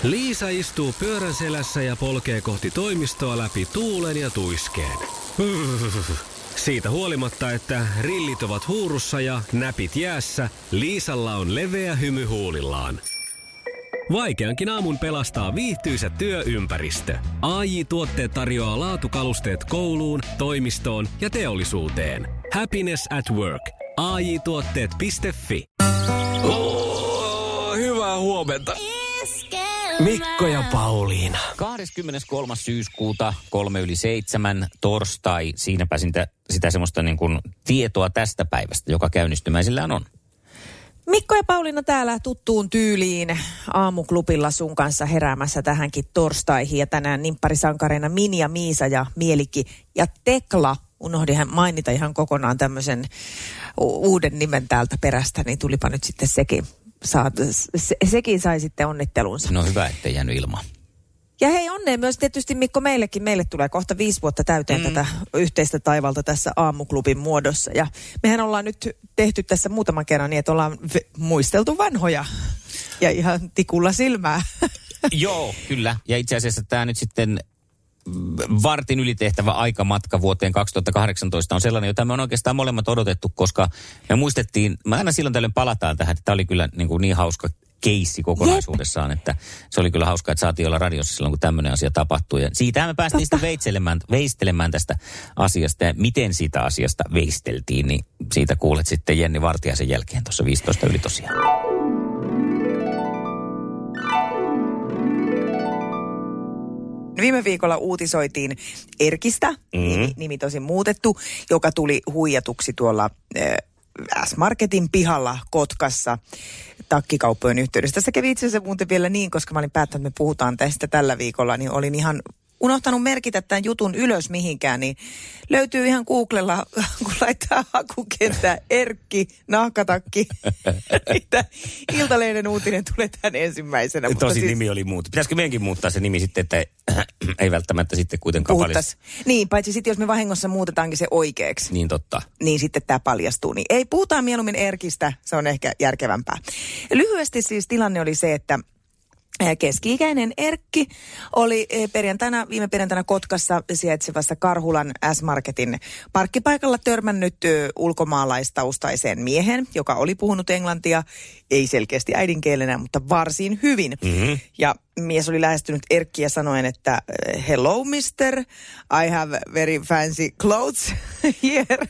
Liisa istuu pyörän selässä ja polkee kohti toimistoa läpi tuulen ja tuiskeen. Siitä huolimatta, että rillit ovat huurussa ja näpit jäässä, Liisalla on leveä hymy huulillaan. Vaikeankin aamun pelastaa viihtyisä työympäristö. AJ-tuotteet tarjoaa laatukalusteet kouluun, toimistoon ja teollisuuteen. Happiness at work. AJ-tuotteet.fi. Hyvää huomenta. Mikko ja Pauliina. 23. syyskuuta 6:03 torstai. Siinäpä sitä semmoista niin kuin tietoa tästä päivästä, joka käynnistymäisillään on. Mikko ja Pauliina täällä tuttuun tyyliin aamuklubilla sun kanssa heräämässä tähänkin torstaihin. Ja tänään nimpparisankareina Minja, Miisa ja Mielikki ja Tekla. Unohdin mainita ihan kokonaan tämmöisen uuden nimen täältä perästä, niin tulipa nyt sitten sekin sai sitten onnittelunsa. No hyvä, ettei jäänyt ilmaan. Ja hei, onnea myös tietysti Mikko meillekin. Meille tulee kohta 5 vuotta täyteen tätä yhteistä taivalta tässä aamuklubin muodossa. Ja mehän ollaan nyt tehty tässä muutaman kerran niin, että ollaan muisteltu vanhoja ja ihan tikulla silmää. Joo, kyllä. Ja itse asiassa tämä nyt sitten vartin ylitehtävä aikamatka vuoteen 2018 on sellainen, jota me on oikeastaan molemmat odotettu, koska me muistettiin, me aina silloin tällöin palataan tähän, että tämä oli kyllä niin hauska keissi kokonaisuudessaan, että se oli kyllä hauska, että saatiin olla radiossa silloin, kun tämmöinen asia tapahtui. Ja siitähän me päästiin sitten veistelemään tästä asiasta ja miten siitä asiasta veisteltiin, niin siitä kuulet sitten Jenni Vartiaisen jälkeen tuossa 15 yli tosiaan. Viime viikolla uutisoitiin Erkistä, nimi tosin muutettu, joka tuli huijatuksi tuolla S-Marketin pihalla Kotkassa takkikauppojen yhteydessä. Tässä kävi itse asiassa muuten vielä niin, koska mä olin päättänyt, että me puhutaan tästä tällä viikolla, niin olin ihan unohtanut merkitä tämän jutun ylös mihinkään, niin löytyy ihan Googlella, kun laittaa hakukenttää Erkki, nahkatakki. Iltalehden uutinen tulee tämän ensimmäisenä. Tosi nimi oli muuttu. Pitäisikö meidänkin muuttaa se nimi sitten, että ei välttämättä sitten kuitenkaan paljasta? Niin, paitsi sitten jos me vahingossa muutetaankin se oikeaksi. Niin totta. Niin sitten tämä paljastuu. Niin ei, puhutaan mieluummin Erkistä, se on ehkä järkevämpää. Lyhyesti siis tilanne oli se, että keski-ikäinen Erkki oli viime perjantaina Kotkassa sijaitsevassa Karhulan S-Marketin parkkipaikalla törmännyt ulkomaalaistaustaiseen miehen, joka oli puhunut englantia, ei selkeästi äidinkielenä, mutta varsin hyvin. Mm-hmm. Ja mies oli lähestynyt Erkkiä sanoen, että hello mister, I have very fancy clothes here.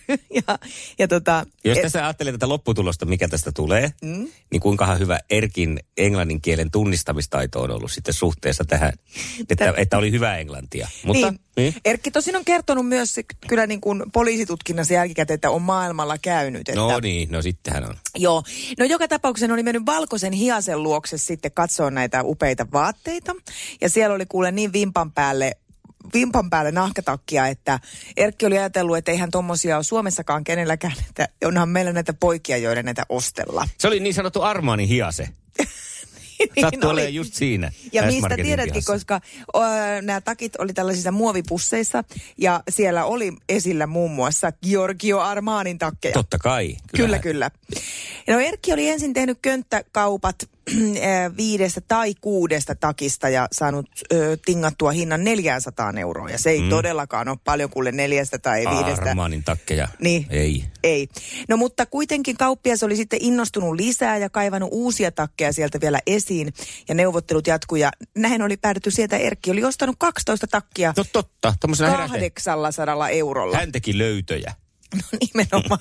Jos tässä ajattelee tätä lopputulosta, mikä tästä tulee, niin kuinkahan hyvä Erkin englannin kielen tunnistamistaito on ollut sitten suhteessa tähän, että oli hyvä englantia. Mutta, niin. Erkki tosin on kertonut myös kyllä niin kuin poliisitutkinnassa jälkikäteen, että on maailmalla käynyt. Että... No sittenhän on. Joo, no joka tapauksessa oli mennyt valkoisen hiasen luokse sitten katsoa näitä upeita vaatteita. Ja siellä oli kuule niin vimpan päälle nahkatakkia, että Erkki oli ajatellut, että eihän tommosia ole Suomessakaan kenelläkään, että onhan meillä näitä poikia, joiden näitä ostella. Se oli niin sanottu Armani hiase. Sattuu olemaan just siinä. Ja mistä tiedätkin, koska nämä takit oli tällaisissa muovipusseissa ja siellä oli esillä muun muassa Giorgio Armanin takkeja. Totta kai. Kyllä. No Erkki oli ensin tehnyt könttäkaupat 5 tai 6 takista ja saanut tingattua hinnan 400 €. Ja se ei todellakaan ole paljon kuule 4 tai 5. Armanin takkeja. Niin. Ei. No mutta kuitenkin kauppias oli sitten innostunut lisää ja kaivannut uusia takkeja sieltä vielä esiin. Ja neuvottelut jatkuu ja näin oli päädytty sieltä. Erkki oli ostanut 12 takkia. No totta. 800 €. Hän teki löytöjä. No nimenomaan.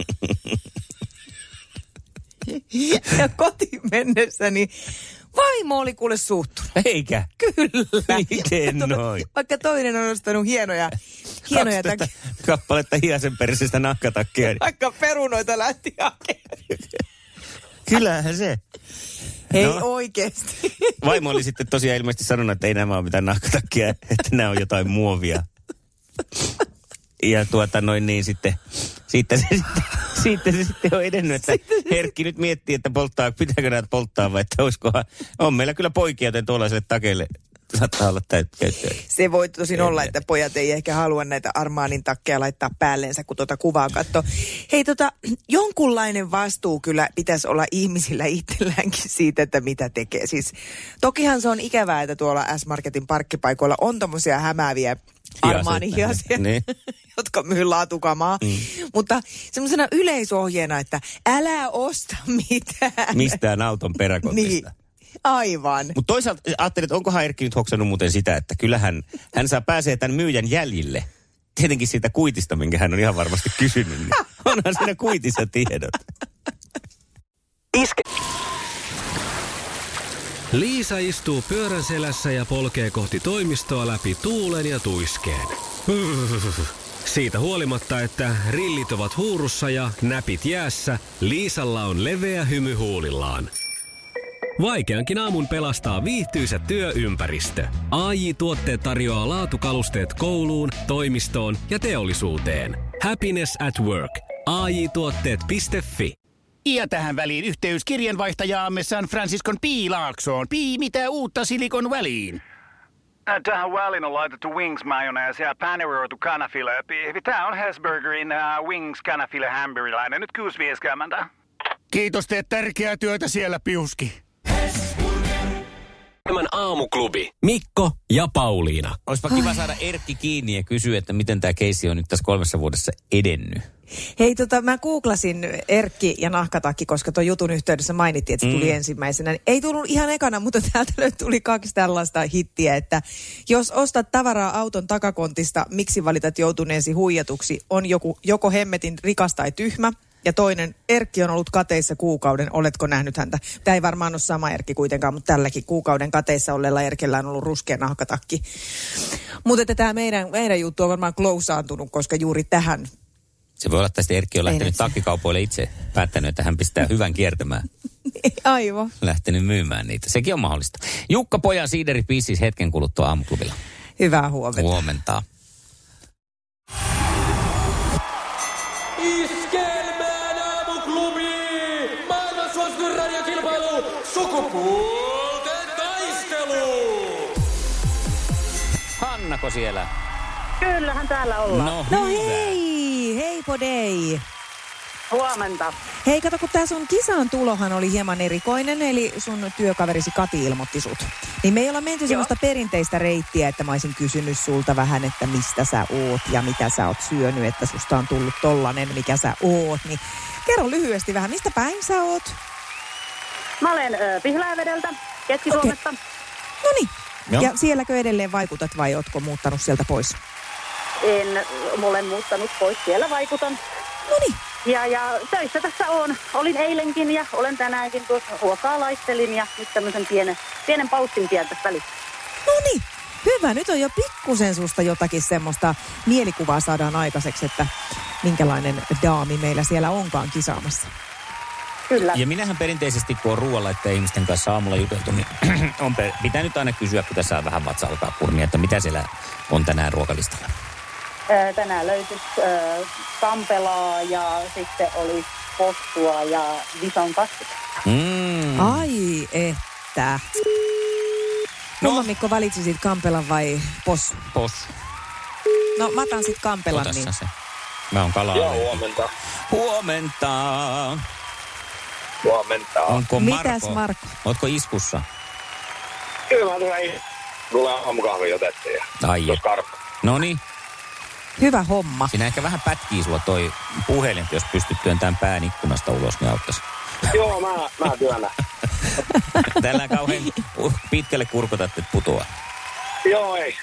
Ja kotiin mennessäni vaimo oli kuule suuttunut. Eikä? Kyllä. Miten noin? Vaikka toinen on ostanut hienoja 12 kappaletta hiasenperäisestä nahkatakkia. Vaikka perunoita lähti hakemaan. Kyllähän se. Ei oikeesti. Vaimo oli sitten tosiaan ilmeisesti sanonut, että ei nämä ole mitään nahkatakkia, että nämä on jotain muovia. Ja niin sitten siitä se sitten on edennyt, että Herkki nyt miettii, että pitääkö näitä polttaa vai että on meillä kyllä poikia, joten tuollaiselle saattaa olla käyttöä. Se voi tosin olla, että pojat ei ehkä halua näitä Armanin takkeja laittaa päälleensä, kun kuvaa katsoo. Hei jonkunlainen vastuu kyllä pitäisi olla ihmisillä itselläänkin siitä, että mitä tekee. Siis tokihan se on ikävää, että tuolla S-Marketin parkkipaikoilla on tommosia hämääviä Armani-hiasia, niin. jotka myy laatukamaa. Mutta semmoisena yleisohjeena, että älä osta mitään. Mistään auton peräkontista. Niin, aivan. Mutta toisaalta ajattelin, että onkohan Erkki nyt hoksannut muuten sitä, että kyllähän hän pääsee tämän myyjän jäljille. Tietenkin siitä kuitista, minkä hän on ihan varmasti kysynyt. Niin onhan siinä kuitissa tiedot. Liisa istuu pyörän selässä ja polkee kohti toimistoa läpi tuulen ja tuiskeen. Siitä huolimatta, että rillit ovat huurussa ja näpit jäässä, Liisalla on leveä hymy huulillaan. Vaikeankin aamun pelastaa viihtyisä työympäristö. AJ-tuotteet tarjoaa laatukalusteet kouluun, toimistoon ja teollisuuteen. Happiness at work. AJ-tuotteet.fi. Ja tähän väliin yhteys kirjanvaihtajaamme San Franciscon Piilaaksoon. Mitä uutta Silikon väliin? Tähän väliin on laitettu wings mayonnaise ja paneroitu kanafila. Tämä on Hesburgerin wings kanafila hamburilainen. Nyt 6.50. Kiitos, teet tärkeää työtä siellä, Piuski. Tämän Aamuklubi. Mikko ja Pauliina. Olisipa kiva saada Erkki kiinni ja kysyä, että miten tämä keissi on nyt tässä 3 vuodessa edennyt. Hei, mä googlasin Erkki ja nahkatakki, koska tuon jutun yhteydessä mainittiin, että se tuli ensimmäisenä. Ei tullut ihan ekana, mutta täältä tuli 2 tällaista hittiä, että jos ostat tavaraa auton takakontista, miksi valitat joutuneesi huijatuksi, on joko hemmetin rikas tai tyhmä. Ja toinen, Erkki on ollut kateissa kuukauden, oletko nähnyt häntä? Tämä ei varmaan ole sama Erkki kuitenkaan, mutta tälläkin kuukauden kateissa olleella Erkillä on ollut ruskea nahkatakki. Mutta että tämä meidän juttu on varmaan klousaantunut, koska juuri tähän. Se voi olla, että Erkki on lähtenyt takkikaupoille itse, päättänyt, että hän pistää hyvän kiertämään. Aivan. Lähtenyt myymään niitä. Sekin on mahdollista. Jukka Pojan Siideri Piissis hetken kuluttua Aamuklubilla. Hyvää huomenta. Huomenta. Iskelmään Aamuklubi! Maailman suosituin radiokilpailu! Sukupuolten taistelu! Hannako siellä? Kyllähän täällä ollaan. No hei podei. Huomenta. Hei, kato, kun tää sun kisan tulohan oli hieman erikoinen, eli sun työkaverisi Kati ilmoitti sut. Niin me ei olla menty semmoista perinteistä reittiä, että mä olisin kysynyt sulta vähän, että mistä sä oot ja mitä sä oot syönyt, että susta on tullut tollanen, mikä sä oot. Niin kerro lyhyesti vähän, mistä päin sä oot? Mä olen Pihläävedeltä, Keski-Suomesta. Okay. Noniin. Ja sielläkö edelleen vaikutat vai ootko muuttanut sieltä pois? En ole muuttanut pois, siellä vaikutan. Noniin. Ja töissä tässä on. Olin eilenkin ja olen tänäänkin tuossa ruokaa laistelin ja nyt tämmöisen pienen paussin pian tässä välissä. Noniin. Hyvä. Nyt on jo pikkusen susta jotakin semmoista mielikuvaa saadaan aikaiseksi, että minkälainen daami meillä siellä onkaan kisaamassa. Kyllä. Ja minähän perinteisesti, kun on ruoanlaitteen ihmisten kanssa aamulla juteltu, niin pitää nyt aina kysyä, kun tässä on vähän vatsa alkaa kurmia, että mitä siellä on tänään ruokalistalla? Tänään löytyisi kampelaa ja sitten oli possua ja vison kastiketta. Ai että. Kumman Mikko valitsisit, kampelan vai possu? Possu. No mä otan sit kampelan. Ota niin. se. Mä oon kalaa. Joo, huomenta. Huomenta. Huomenta. Onko Marko? Mitäs Marko? Ootko iskussa? Kyllä mä tulee aamukahvi otettiin ja Noniin. Hyvä homma. Siinä ehkä vähän pätkii sua toi puhelin, jos pystyt työntämään pään ikkunasta ulos, niin auttaisi. Joo, mä työnnän. Tällä kauhean pitkälle kurkotat, että putoaa. Joo, ei.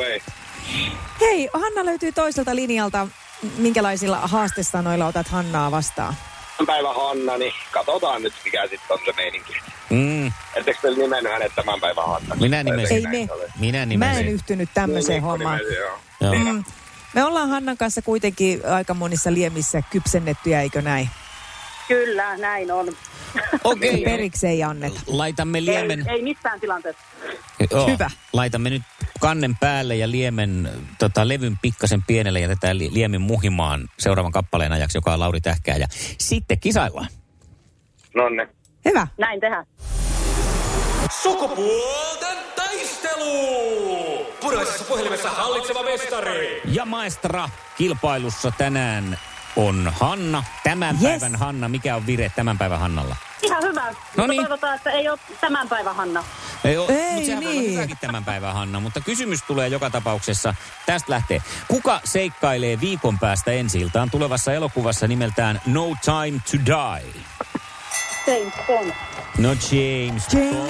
Hei, Hanna löytyy toiselta linjalta. Minkälaisilla haastesanoilla otat Hannaa vastaan? Päivä Hanna, niin katsotaan nyt, mikä sitten on se meininki. Ettekö teillä nimennyt hänet tämän päivän Hanna? Minä nimesin. Ei me. Minä nimesin. Mä en yhtynyt tämmöiseen hommaan. Joo. Me ollaan Hannan kanssa kuitenkin aika monissa liemissä kypsennettyjä, eikö näin? Kyllä, näin on. Okei. Periksi ei anneta. Laitamme liemen... Ei missään tilanteessa. Joo. Hyvä. Laitamme nyt kannen päälle ja liemen levyn pikkasen pienelle ja jätetään liemen muhimaan seuraavan kappaleen ajaksi, joka on Lauri Tähkää. Ja sitten kisaillaan. Nonne. Hyvä. Näin tehdään. Sukupuolten taistelu! taistelu! Punaisessa puhelimessa hallitseva mestari. Ja maestra kilpailussa tänään on Hanna. Tämän päivän Hanna. Mikä on vire tämän päivän Hannalla? Ihan hyvä. No niin. Toivotaan, että ei ole tämän päivän Hanna. Ei, mutta sehän voi olla hyväkin tämän päivän Hanna. Mutta kysymys tulee joka tapauksessa. Tästä lähtee. Kuka seikkailee viikon päästä ensi-iltaan tulevassa elokuvassa nimeltään No Time to Die? James Bond. No James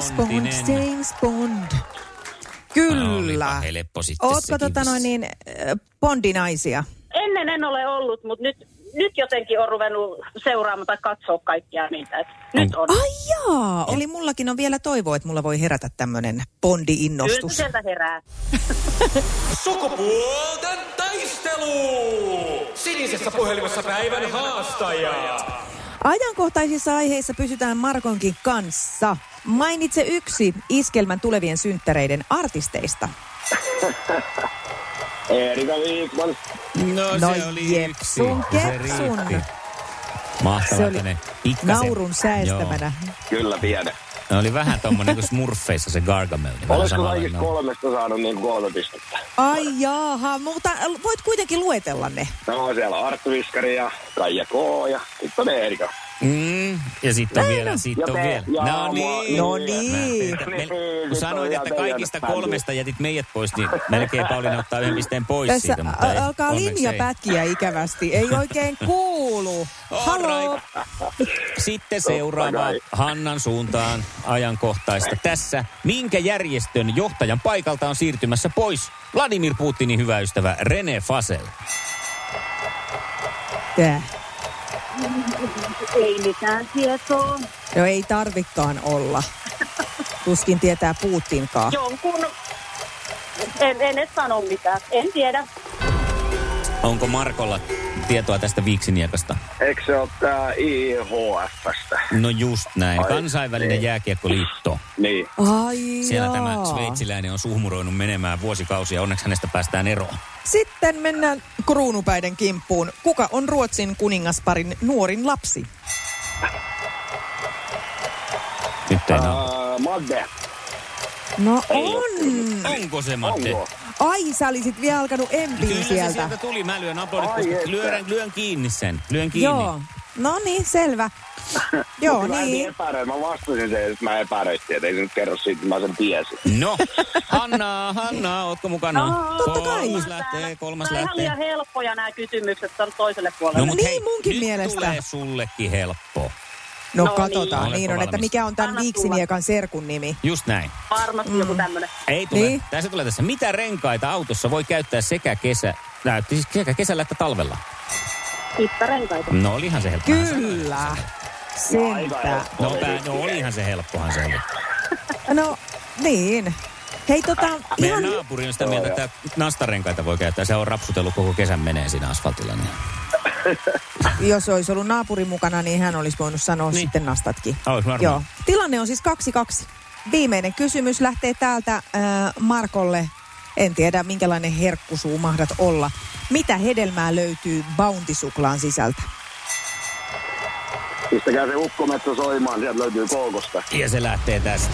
Bond. Kyllä. No, helppo sitten. Ootko Bondinaisia? Ennen en ole ollut, mutta nyt jotenkin on ruvennut seuraamaan tai katsoa kaikkia niitä. Nyt on. Ai jaa, oli mullakin on vielä toivo, että mulla voi herätä tämmönen Bondi-innostus. Kyllä sieltä herää. Sukupuolten taistelu! Sinisessä puhelimessa päivän haastaja. Ajankohtaisissa aiheissa pysytään Markonkin kanssa. Mainitse yksi iskelmän tulevien synttäreiden artisteista. Erika Wikman. No se oli jepsun, kepsun. Mahtavaa, se oli ne pikkasen. Naurun säästämänä. Kyllä tiedän. Ne oli vähän tommonen kuin Smurfeissa se Gargamel. Olisiko kaikista kolmesta saanut niin 3 pistettä? Ai jaaha, mutta voit kuitenkin luetella ne. No siellä on Arttu Viskari ja Kaija K. ja sitten on Erika. Ja sitten on vielä, No niin. Kun sanoit, että kaikista 3 jätit meidät pois, niin melkein Pauliina ottaa 1 pisteen pois tässä siitä. Mutta alkaa linja pätkiä ikävästi, ei oikein kuulu. Haloo. Sitten seuraava Hannan suuntaan ajankohtaista. Tässä minkä järjestön johtajan paikalta on siirtymässä pois Vladimir Putinin hyvä ystävä René Fasel? Ei mitään tietoa. No ei tarvikaan olla. Tuskin tietää Putinkaan. Jonkun. En edes sano mitään. En tiedä. Onko Markolla tietoa tästä viiksiniekasta? Eikö se ole tää IHF:stä? No just näin. Kansainvälinen jääkiekkoliitto. Niin. Ai Siellä tämä sveitsiläinen on suhmuroinut menemään vuosikausia. Onneksi hänestä päästään eroon. Sitten mennään kruunupäiden kimppuun. Kuka on Ruotsin kuningasparin nuorin lapsi? Nyt ei Madde. No on. Onko se Madde? Ai, sä olisit vielä alkanut empiin Kyllä sieltä. se sieltä tuli. Mä lyön aplodit, koska lyön kiinni sen. Lyön kiinni. Joo. No niin, selvä. Joo, niin. Mä vastasin sen, että mä epäröittiin, että ei se nyt kerro siitä, että mä sen tiesin. No, Hanna, ootko mukana? No, totta kai. Kolmas Nämä lähtee. ihan liian helppoja nämä kysymykset on toiselle puolelle. No, mut Niin hei, munkin nyt mielestä. tulee sullekin helppo. No No katsotaan, niin. niin on, että mikä on tämän Anna viiksiniekan serkun nimi. Just näin. Varmasti joku tämmönen. Ei tule. Niin. Tässä tulee tässä. Mitä renkaita autossa voi käyttää sekä kesällä että talvella? Hittarenkaita. No olihan se helppo. Kyllä. Senpä. No olihan se helppohan se oli. No, niin. Hei Meidän ihan... naapuri on sitä mieltä, että nastarenkaita voi käyttää. Se on rapsutellut koko kesän menee siinä asfaltilla. Niin. Jos olisi ollut naapuri mukana, niin hän olisi voinut sanoa sitten nastatkin. Olisi varmaan. Joo. Tilanne on siis 2-2. Viimeinen kysymys lähtee täältä Markolle. En tiedä, minkälainen herkkusuu mahdat olla. Mitä hedelmää löytyy Bounty-suklaan sisältä? Pistäkää se ukkometsä soimaan, sieltä löytyy koukosta. Ja se lähtee tästä.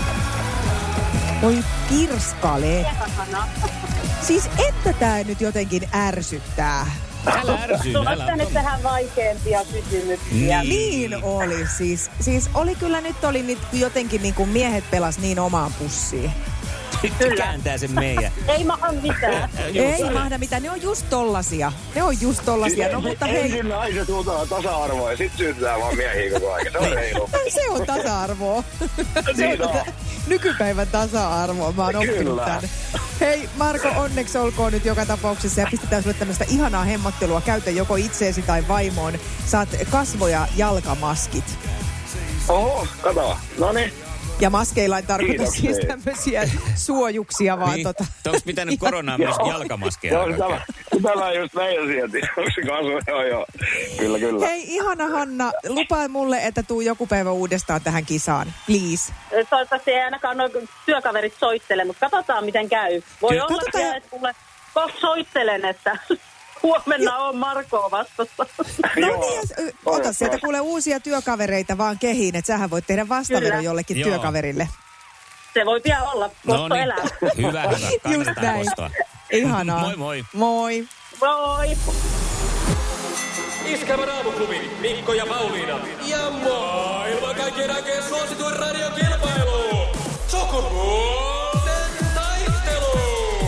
Oi pirskale. Siis että tää nyt jotenkin ärsyttää. Älä ärsy. Tuossa nyt tähän vaikeampia kysymyksiä. Niin oli siis. Siis oli kyllä nyt jotenkin niin kuin miehet pelas niin omaan pussiin. Nyt kääntää sen meidän. Ei maha mitään. Ei mahda mitään, ne on just tollasia. No mutta hei. Ensin naiset huutaa tasa-arvoa ja sit syytetään vaan miehiä koko ajan. Se on reilu. Se on tasa-arvoa. Niin on. Nykypäivän tasa-arvoa. Mä oon oppinut tän. Hei Marko, onneksi olkoon nyt joka tapauksessa ja pistetään sulle tämmöistä ihanaa hemmottelua. Käytä joko itseesi tai vaimoon. Saat kasvo- ja jalkamaskit. Oho, kato. Noniin. Ja maskeilla ei tarkoita Kiitoksia. siis tämmöisiä suojuksia, vaan Niin. Onko pitänyt koronaa myös jalkamaskeja? Joo, tämä just meidän sieltä. Onko se kasvu? Joo. Kyllä. Hei, ihana Hanna, lupaa mulle, että tuu joku päivä uudestaan tähän kisaan. Please. Toivottavasti ei ainakaan nuo työkaverit soittele, mutta katsotaan miten käy. Voi olla vielä, että kuule, kohta soittelen, että huomenna on Markoa vastassa. No niin, ota sieltä kuule uusia työkavereita vaan kehiin, että sähän voit tehdä vastavedon jollekin työkaverille. Se voi pian olla. Kosto elää. Hyvä. Kannatetaan kostoa. Ihanaa. Moi moi. Moi. Moi. Iskelmän aamuklubi, Mikko ja Pauliina. Ja maailman kaikkien aikeen suosituen radiokilpailu. Sukupuolten taistelu.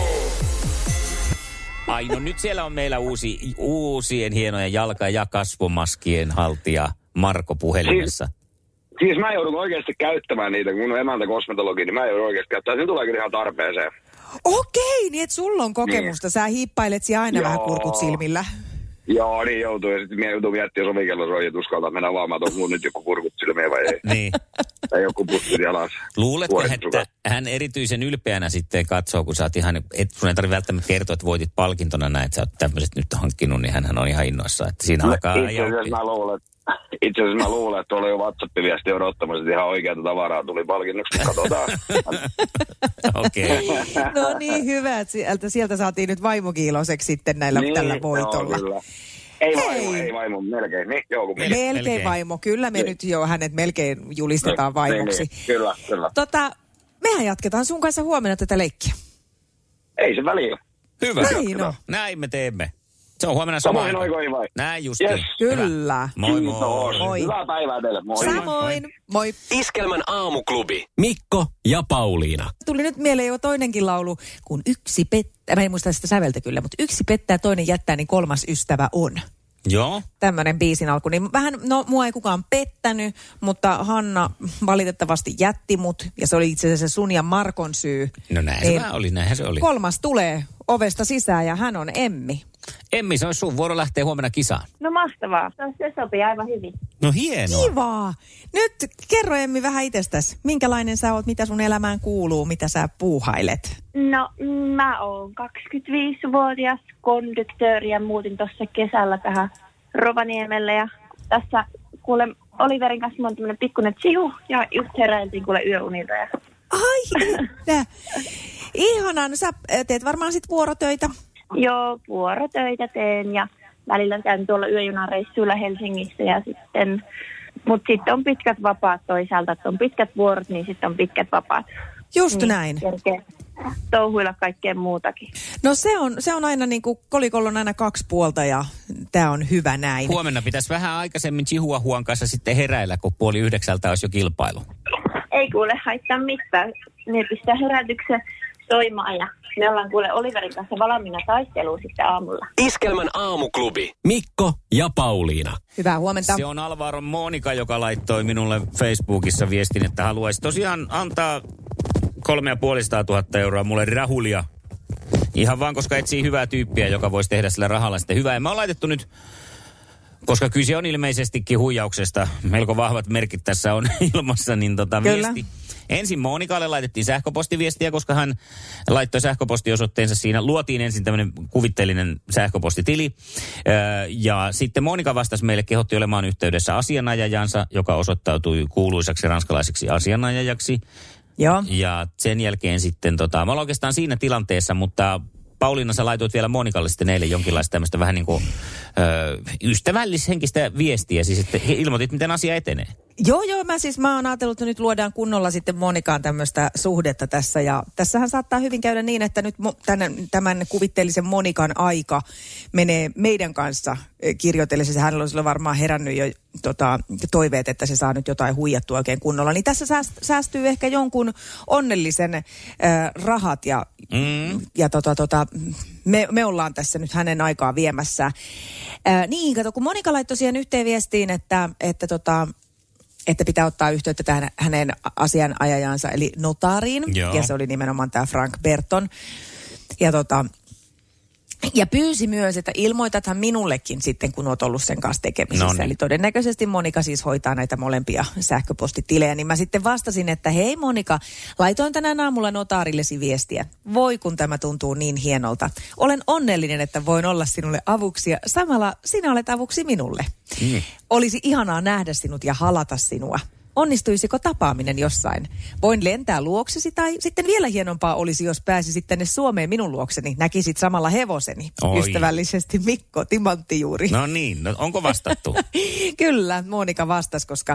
Ai no nyt siellä on meillä uusien hienojen jalka- ja kasvomaskien haltija Marko puhelimessa. Siis mä joudun oikeasti käyttämään niitä, kun mun on emäntä kosmetologi, niin mä joudun oikeasti käyttämään. Se tulee kyllä ihan tarpeeseen. Okei, niin että sulla on kokemusta. Sä hiippailet siellä aina vähän kurkut silmillä. Joo, niin joutuu. Ja sitten minä joutuu miettimään sovikellosoja, että uskaltaa mennä avaamaan, että onko mun nyt joku kurkut silmiä vai ei. Niin. Tai joku pussit jalas. Luuletko, että hän erityisen ylpeänä sitten katsoo, kun sä oot ihan, sun ei tarvitse välttämättä kertoa, että voitit palkintona näin, että sä oot tämmöiset nyt hankkinut, niin hän on ihan innoissaan, että siinä alkaa Itse asiassa mä luulen, että tuolla jo WhatsApp-viesti odottamassa, että ihan oikeata tavaraa tuli palkinnoksi. Katsotaan. Okei. No niin, hyvä, että sieltä saatiin nyt vaimokin iloiseksi sitten tällä voitolla. Joo, kyllä. Ei vaimo, melkein. Niin, joo, melkein vaimo, kyllä me nyt jo hänet melkein julistetaan vaimoksi. Niin, kyllä. Mehän jatketaan sun kanssa huomenna tätä leikkiä. Ei se väliä. Hyvä. No. Näin me teemme. Se on huomenna sama. Samoin oikoi vai? Näin just. Yes. Kyllä. Moi. Hyvää päivää teille. Moi. Samoin. Moi. Iskelmän aamuklubi. Mikko ja Pauliina. Tuli nyt mieleen jo toinenkin laulu, kun yksi pettää, mä en muista sitä säveltä kyllä, mutta yksi pettää, toinen jättää, niin kolmas ystävä on. Joo. Tämmöinen biisin alku. Niin vähän, mua ei kukaan pettänyt, mutta Hanna valitettavasti jätti mut. Ja se oli itse asiassa sun ja Markon syy. No näinhän se oli. Kolmas tulee ovesta sisään ja hän on Emmi. Emmi, se on sun vuoro lähteä huomenna kisaan. No mahtavaa. Se sopii aivan hyvin. No hienoa. Kivaa. Nyt kerro Emmi vähän itsestäsi. Minkälainen sä oot, mitä sun elämään kuuluu, mitä sä puuhailet? No mä oon 25-vuotias konduktööri ja muutin tuossa kesällä tähän Rovaniemelle. Ja tässä kuule Oliverin kanssa on tämmönen pikkuinen chihu ja just heräiltiin kuule yöunilta. Ja... Ai että. Ihanaa. No sä teet varmaan sit vuorotöitä. Joo, vuorotöitä teen ja välillä käyn tuolla yöjunareissuilla Helsingissä ja sitten, mutta sitten on pitkät vapaat toisaalta, että on pitkät vuorot, niin sitten on pitkät vapaat. Just niin näin. Kerkee touhuilla kaikkea muutakin. No se on aina niin kuin kolikolla on aina kaksi puolta ja tää on hyvä näin. Huomenna pitäisi vähän aikaisemmin Chihuahuan kanssa sitten heräillä, kun 8:30 olisi jo kilpailu. Ei kuule haittaa mitään. Ne pistää herätyksen soimaan ja me ollaan kuule Oliverin kanssa valmiina taisteluun sitten aamulla. Iskelmän aamuklubi. Mikko ja Pauliina. Hyvää huomenta. Se on Alvaron Monika, joka laittoi minulle Facebookissa viestin, että haluaisi tosiaan antaa 350 000 € mulle rahulia. Ihan vaan, koska etsii hyvää tyyppiä, joka voisi tehdä sillä rahalla sitten hyvää. Ja mä oon laitettu nyt, koska on ilmeisestikin huijauksesta, melko vahvat merkit tässä on ilmassa, niin viesti. Ensin Monikalle laitettiin sähköpostiviestiä, koska hän laittoi sähköpostiosoitteensa siinä. Luotiin ensin tämmöinen kuvitteellinen sähköpostitili. Ja sitten Monika vastasi meille, kehotti olemaan yhteydessä asianajajansa, joka osoittautui kuuluisaksi ranskalaiseksi asianajajaksi. Joo. Ja sen jälkeen sitten, mä olen oikeastaan siinä tilanteessa, mutta Pauliina, sä laitoit vielä Monikalle sitten eilen jonkinlaista tämmöistä vähän niin kuin ystävällishenkistä viestiä, siis että ilmoitit, miten asia etenee. Joo, mä oon ajatellut, että nyt luodaan kunnolla sitten Monikaan tämmöistä suhdetta tässä. Ja tässähän saattaa hyvin käydä niin, että nyt tämän kuvitteellisen Monikan aika menee meidän kanssa kirjoitellessa. Hän olisi varmaan herännyt jo toiveet, että se saa nyt jotain huijattua oikein kunnolla. Niin tässä säästyy ehkä jonkun onnellisen rahat ja me ollaan tässä nyt hänen aikaa viemässä. Niin, kato, kun Monika laittoi siihen yhteen viestiin, että pitää ottaa yhteyttä tähän hänen asianajajansa, eli notaariin. Joo. Ja se oli nimenomaan tämä Frank Berton. Ja pyysi myös, että ilmoitathan minullekin sitten, kun olet ollut sen kanssa tekemisissä. Noniin. Eli todennäköisesti Monika siis hoitaa näitä molempia sähköpostitilejä. Niin mä sitten vastasin, että hei Monika, laitoin tänään aamulla notaarillesi viestiä. Voi kun tämä tuntuu niin hienolta. Olen onnellinen, että voin olla sinulle avuksi ja samalla sinä olet avuksi minulle. Olisi ihanaa nähdä sinut ja halata sinua. onnistuisiko tapaaminen jossain. Voin lentää luoksesi tai sitten vielä hienompaa olisi, jos pääsisit tänne Suomeen minun luokseni. Näkisit samalla hevoseni. Oi. Ystävällisesti Mikko Timanttijuuri. No niin, no onko vastattu? Kyllä, Monika vastasi, koska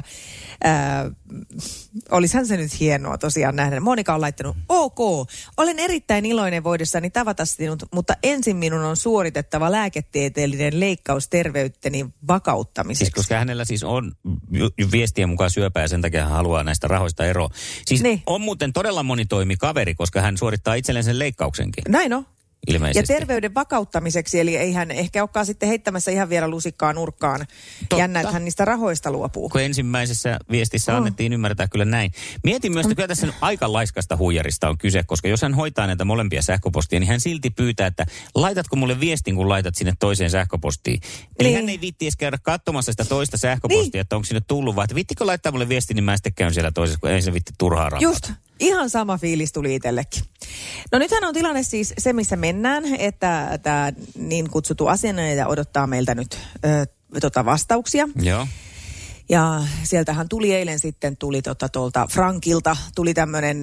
olisihan se nyt hienoa tosiaan nähdä. Monika on laittanut, ok, olen erittäin iloinen voidessani tavata sinut, mutta ensin minun on suoritettava lääketieteellinen leikkaus terveytteni vakauttamiseksi. Siis koska hänellä siis on viestien mukaan syöpää ja sen takia hän haluaa näistä rahoista eroa. Siis niin. On muuten todella monitoimikaveri, koska hän suorittaa itselleen sen leikkauksenkin. Näin on. Ilmeisesti. Ja terveyden vakauttamiseksi, eli ei hän ehkä olekaan sitten heittämässä ihan vielä lusikkaa nurkkaan. Totta. Jännä, että hän niistä rahoista luopuu. Kun ensimmäisessä viestissä annettiin ymmärtää kyllä näin. Mietin myös, että kyllä tässä aika laiskasta huijarista on kyse, koska jos hän hoitaa näitä molempia sähköpostia, niin hän silti pyytää, että laitatko mulle viestin, kun laitat sinne toiseen sähköpostiin. Eli hän ei viitti edes käydä katsomassa sitä toista sähköpostia, että onko sinne tullut, vaan että viittikö laittaa mulle viestin, niin mä sitten käyn siellä toisessa, kun ei se viitti turhaa rahaa. Just. Ihan sama fiilis tuli itsellekin. No nythän on tilanne siis se, missä mennään, että tämä niin kutsuttu asianajaja odottaa meiltä nyt vastauksia. Joo. Ja sieltähän tuli eilen sitten, tuolta Frankilta, tuli tämmöinen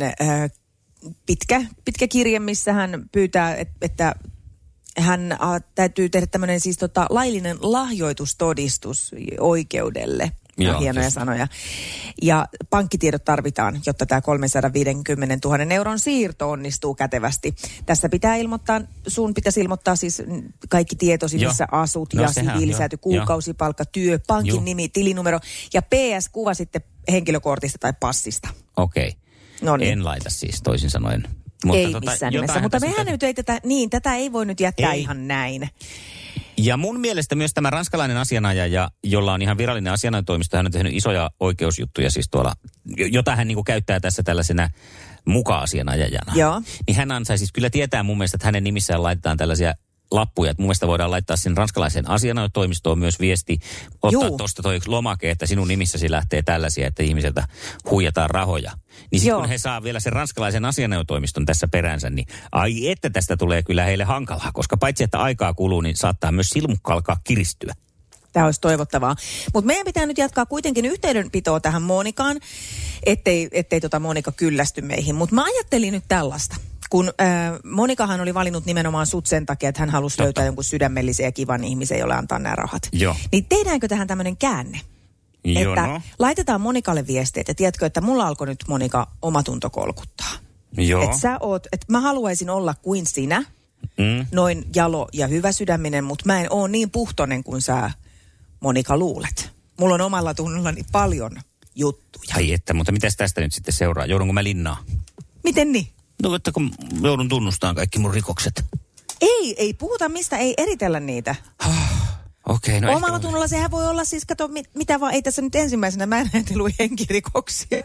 pitkä kirje, missä hän pyytää, että hän täytyy tehdä tämmöinen siis laillinen lahjoitustodistus oikeudelle. Joo, hienoja sanoja. Ja pankkitiedot tarvitaan, jotta tämä 350 000 euron siirto onnistuu kätevästi. Tässä pitää sun pitäisi ilmoittaa siis kaikki tietosi, missä asut ja siviilisääty, kuukausipalkka, työ, pankin nimi, tilinumero ja PS-kuva sitten henkilökortista tai passista. Okei. Noniin. En laita siis toisin sanoen. Mutta ei missään nimessä, mutta mehän nyt ei tätä ei voi nyt jättää ihan näin. Ja mun mielestä myös tämä ranskalainen asianajaja, jolla on ihan virallinen asianajotoimisto, hän on tehnyt isoja oikeusjuttuja siis tuolla, jota hän niin käyttää tässä tällaisena muka-asianajajana. Joo. Niin hän ansaisi siis kyllä tietää mun mielestä, että hänen nimissään laitetaan tällaisia lappuja, että mun mielestä voidaan laittaa sinne ranskalaiseen asianajotoimistoon myös viesti, ottaa tuosta toi lomake, että sinun nimissäsi lähtee tällaisia, että ihmiseltä huijataan rahoja. Niin sitten kun he saa vielä sen ranskalaisen asianajotoimiston tässä peränsä, niin ai että tästä tulee kyllä heille hankalaa, koska paitsi että aikaa kuluu, niin saattaa myös silmukka alkaa kiristyä. Tämä olisi toivottavaa. Mutta meidän pitää nyt jatkaa kuitenkin yhteydenpitoa tähän Monikaan, ettei Monika kyllästy meihin. Mutta mä ajattelin nyt tällaista. Kun Monikahan oli valinnut nimenomaan sut sen takia, että hän halusi löytää jonkun sydämellisen ja kivan ihmisen, jolle antaa nämä rahat. Joo. Niin tehdäänkö tähän tämmöinen käänne? Joo, että laitetaan Monikalle viestiä, että tiedätkö, että mulla alkoi nyt Monika omatunto kolkuttaa. Joo. Että mä haluaisin olla kuin sinä, noin jalo ja hyvä sydäminen, mutta mä en ole niin puhtoinen kuin sä, Monika, luulet. Mulla on omalla tunnollani paljon juttuja. Ai että, mutta mitäs tästä nyt sitten seuraa? Joudunko mä linnaan? Miten niin? No, että kun joudun tunnustamaan kaikki mun rikokset. Ei puhuta mistä, ei eritellä niitä. Okei, no omalla tunnolla sehän voi olla siis, kato, mitä vaan, ei tässä nyt ensimmäisenä, mä en ajatellut henkirikoksia.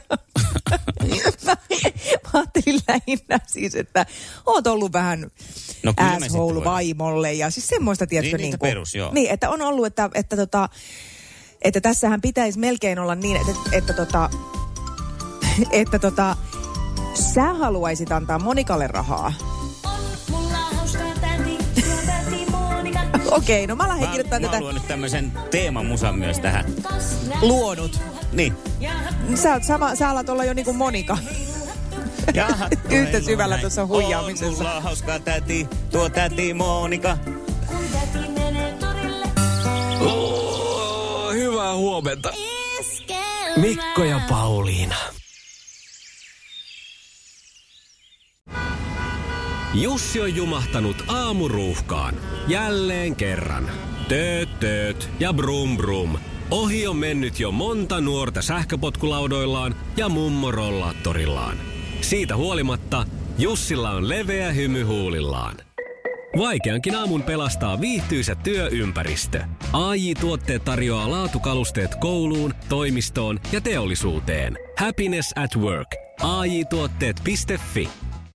Mä ajattelin lähinnä siis, että oot ollut vähän asshole vaimolle ja siis semmoista, tiedätkö, niin kuin, perus, joo. Niin, että on ollut, että tässähän pitäisi melkein olla niin, että sä haluaisit antaa Monikalle rahaa. Okei, no mä lähden kirjoittamaan tätä. Mä luon nyt tämmöisen teemamusan myös tähän. Luonut. Niin. Sä alat olla jo niin kuin Monika. Jaha. Yhtä syvällä tuossa huijaamisessa. On mulla hauskaa täti, tuo täti Monika. Hyvää huomenta. Mikko ja Pauliina. Jussi on jumahtanut aamuruuhkaan. Jälleen kerran. Tööt ja brum brum. Ohi on mennyt jo monta nuorta sähköpotkulaudoillaan ja mummorollaattorillaan. Siitä huolimatta Jussilla on leveä hymy huulillaan. Vaikeankin aamun pelastaa viihtyisä työympäristö. AJ-tuotteet tarjoaa laatukalusteet kouluun, toimistoon ja teollisuuteen. Happiness at work. AJ-tuotteet.fi